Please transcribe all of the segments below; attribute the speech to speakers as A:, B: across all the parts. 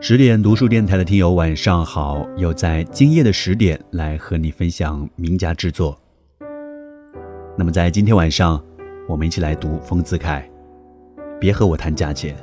A: 10点读书电台的听友晚上好，又在今夜的10点来和你分享名家之作。那么在今天晚上，我们一起来读丰子恺，别和我谈价钱。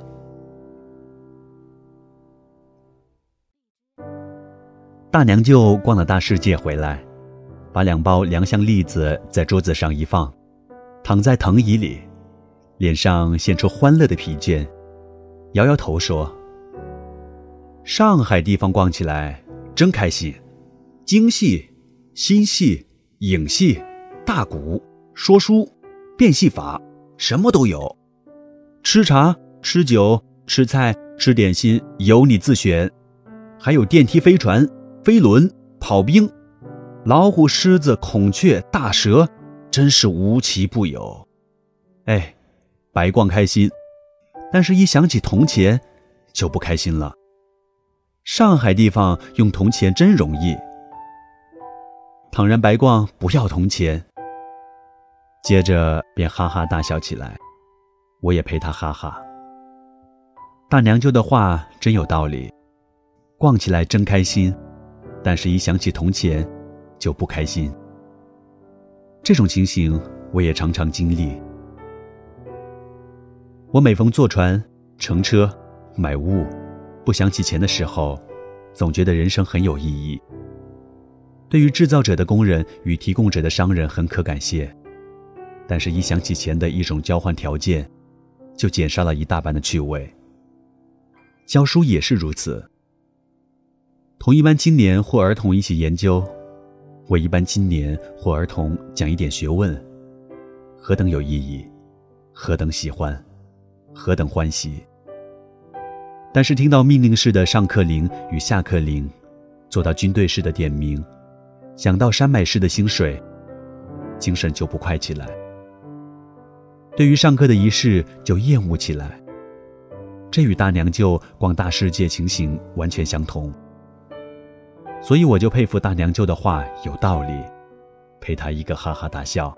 A: 大娘舅逛了大世界回来，把2包良香栗子在桌子上一放，躺在藤椅里，脸上现出欢乐的疲倦，摇摇头说：上海地方逛起来真开心，京戏、新戏、影戏、大鼓、说书、变戏法，什么都有。吃茶、吃酒、吃菜、吃点心，由你自选。还有电梯飞船、飞轮、跑兵，老虎、狮子、孔雀、大蛇，真是无奇不有。哎，白逛开心，但是一想起铜钱就不开心了。上海地方用铜钱真容易，倘然白逛不要铜钱。接着便哈哈大笑起来，我也陪他哈哈。大娘舅的话真有道理，逛起来真开心，但是一想起铜钱就不开心。这种情形我也常常经历。我每逢坐船、乘车、买物，不想起钱的时候，总觉得人生很有意义。对于制造者的工人与提供者的商人很可感谢，但是一想起钱的一种交换条件，就减少了一大半的趣味。教书也是如此，同一班青年或儿童一起研究，我一班青年或儿童讲一点学问，何等有意义，何等喜欢，何等欢喜。但是听到命令式的上课铃与下课铃，做到军队式的点名，想到山脉式的薪水，精神就不快起来。对于上课的仪式就厌恶起来，这与大娘舅逛大世界情形完全相同。所以我就佩服大娘舅的话有道理，陪她一个哈哈大笑。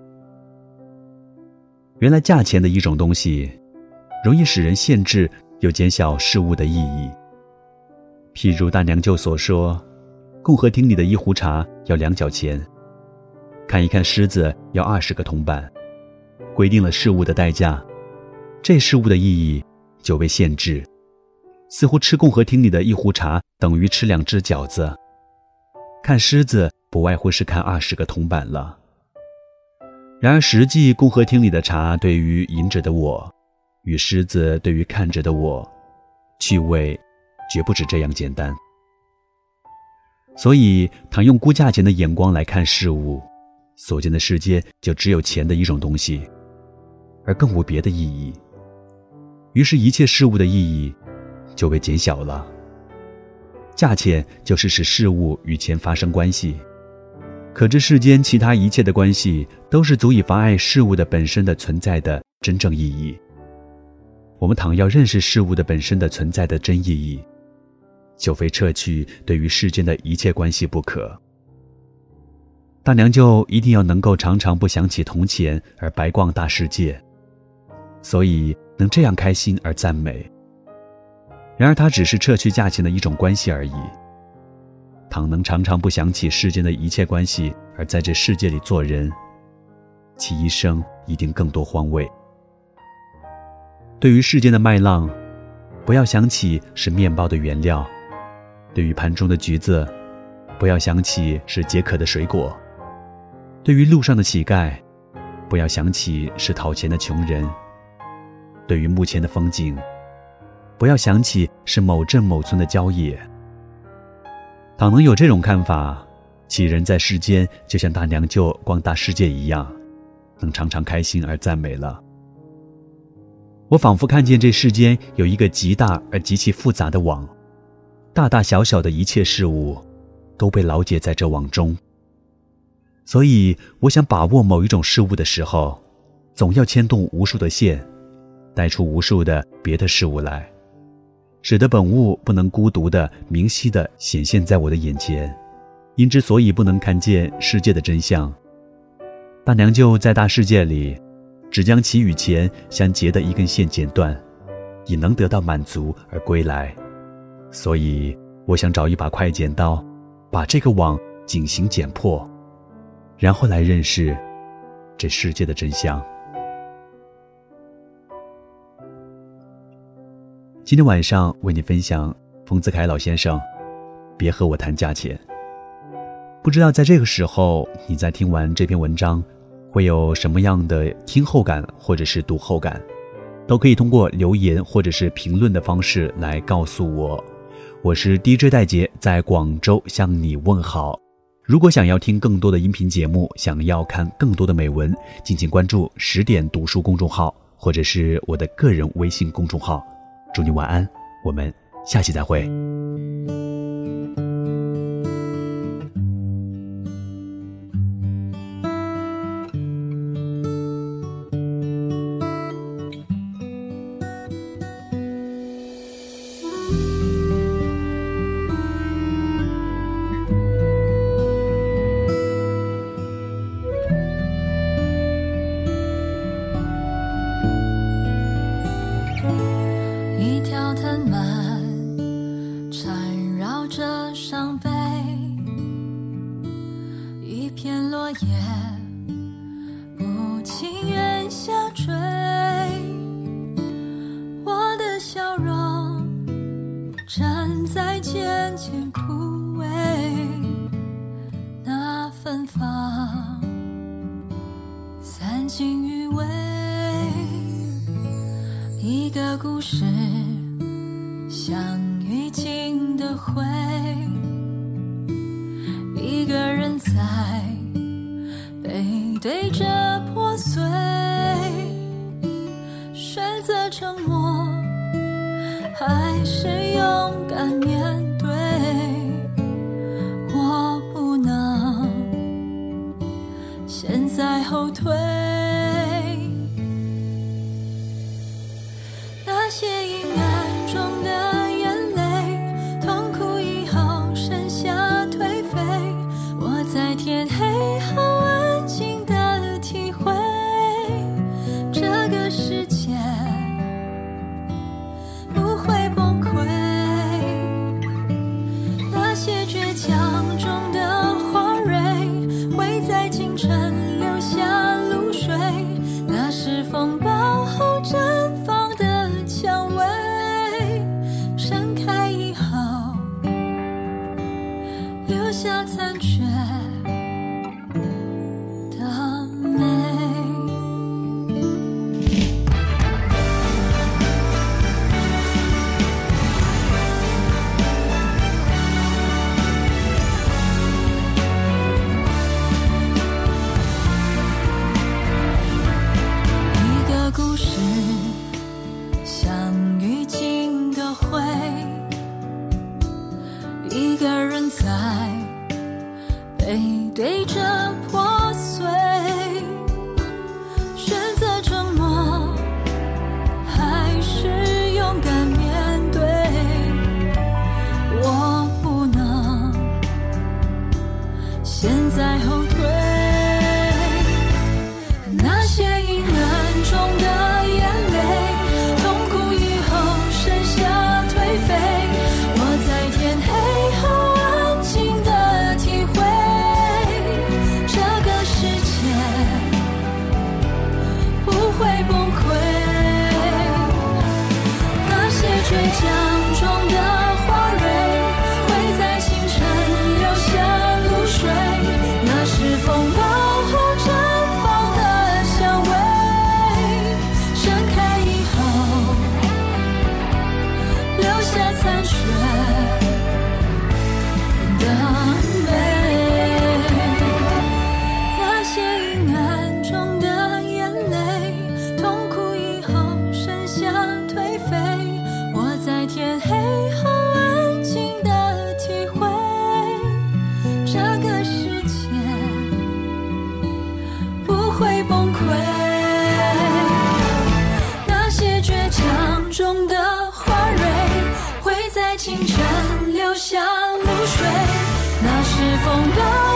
A: 原来价钱的一种东西，容易使人限制又减小事物的意义。譬如大娘舅所说，共和厅里的一壶茶要2角钱，看一看狮子要20个铜板，规定了事物的代价，这事物的意义就被限制，似乎吃共和厅里的一壶茶等于吃2只饺子，看狮子不外乎是看20个铜板了。然而实际共和厅里的茶对于饮者的我，与狮子对于看着的我，趣味绝不止这样简单。所以倘用估价钱的眼光来看事物，所见的世界就只有钱的一种东西，而更无别的意义。于是一切事物的意义就被减小了。价钱就是使事物与钱发生关系，可这世间其他一切的关系都是足以妨碍事物的本身的存在的真正意义。我们倘要认识事物的本身的存在的真意义，就非撤去对于世间的一切关系不可。大娘舅一定要能够常常不想起铜钱而白逛大世界，所以能这样开心而赞美。然而它只是撤去价钱的一种关系而已。倘能常常不想起世间的一切关系而在这世界里做人，其一生一定更多欢慰。对于世间的麦浪，不要想起是面包的原料；对于盘中的橘子，不要想起是解渴的水果；对于路上的乞丐，不要想起是讨钱的穷人；对于目前的风景，不要想起是某镇某村的郊野。倘能有这种看法，其人在世间就像大娘舅逛大世界一样，能常常开心而赞美了。我仿佛看见这世间有一个极大而极其复杂的网，大大小小的一切事物都被牢解在这网中。所以我想把握某一种事物的时候，总要牵动无数的线，带出无数的别的事物来，使得本物不能孤独的明晰的显现在我的眼前。因之所以不能看见世界的真相，大娘舅在大世界里只将其与钱相结的一根线剪断，已能得到满足而归来。 所以我想找一把快剪刀，把这个网紧行剪破，然后来认识这世界的真相。今天晚上为你分享丰子恺老先生，别和我谈价钱。不知道在这个时候，你在听完这篇文章会有什么样的听后感或者是读后感，都可以通过留言或者是评论的方式来告诉我。我是 DJ 戴杰，在广州向你问好。如果想要听更多的音频节目，想要看更多的美文，敬请关注10点读书公众号，或者是我的个人微信公众号。祝你晚安，我们下期再会。
B: 一条藤蔓缠绕着伤悲，一片落叶不情愿下坠，我的笑容正在渐渐枯萎，那芬芳散尽余味，一个故事像雨尽的灰，一个人在背对着破碎，选择沉默还是勇敢面对，我不能现在后退。那些阴暗中的眼泪，痛苦以后剩下颓废，我在天黑后安静地体会，这个世界不会崩溃。那些倔强中的花蕊，会在清晨留下露水，那是风暴后绽放的蔷薇，盛开以后留下残缺的美。一个故事像雨尽的灰，一个人在背对着破碎，选择沉默还是勇敢面对，我不能现在后退。那些阴暗中的眼泪，痛苦以后剩下颓废，我在天黑后安静地体会，这个世界不会崩溃。那些倔强中的花蕊，会在清晨留下露水，那是风暴后绽放的蔷薇，盛开以后留下残缺的美。那些阴暗中的眼泪，痛苦以后剩下颓废，我在天黑后安静地体会，这个世界不会崩溃。那些倔强中的花蕊，会在清晨留下露水，那是风暴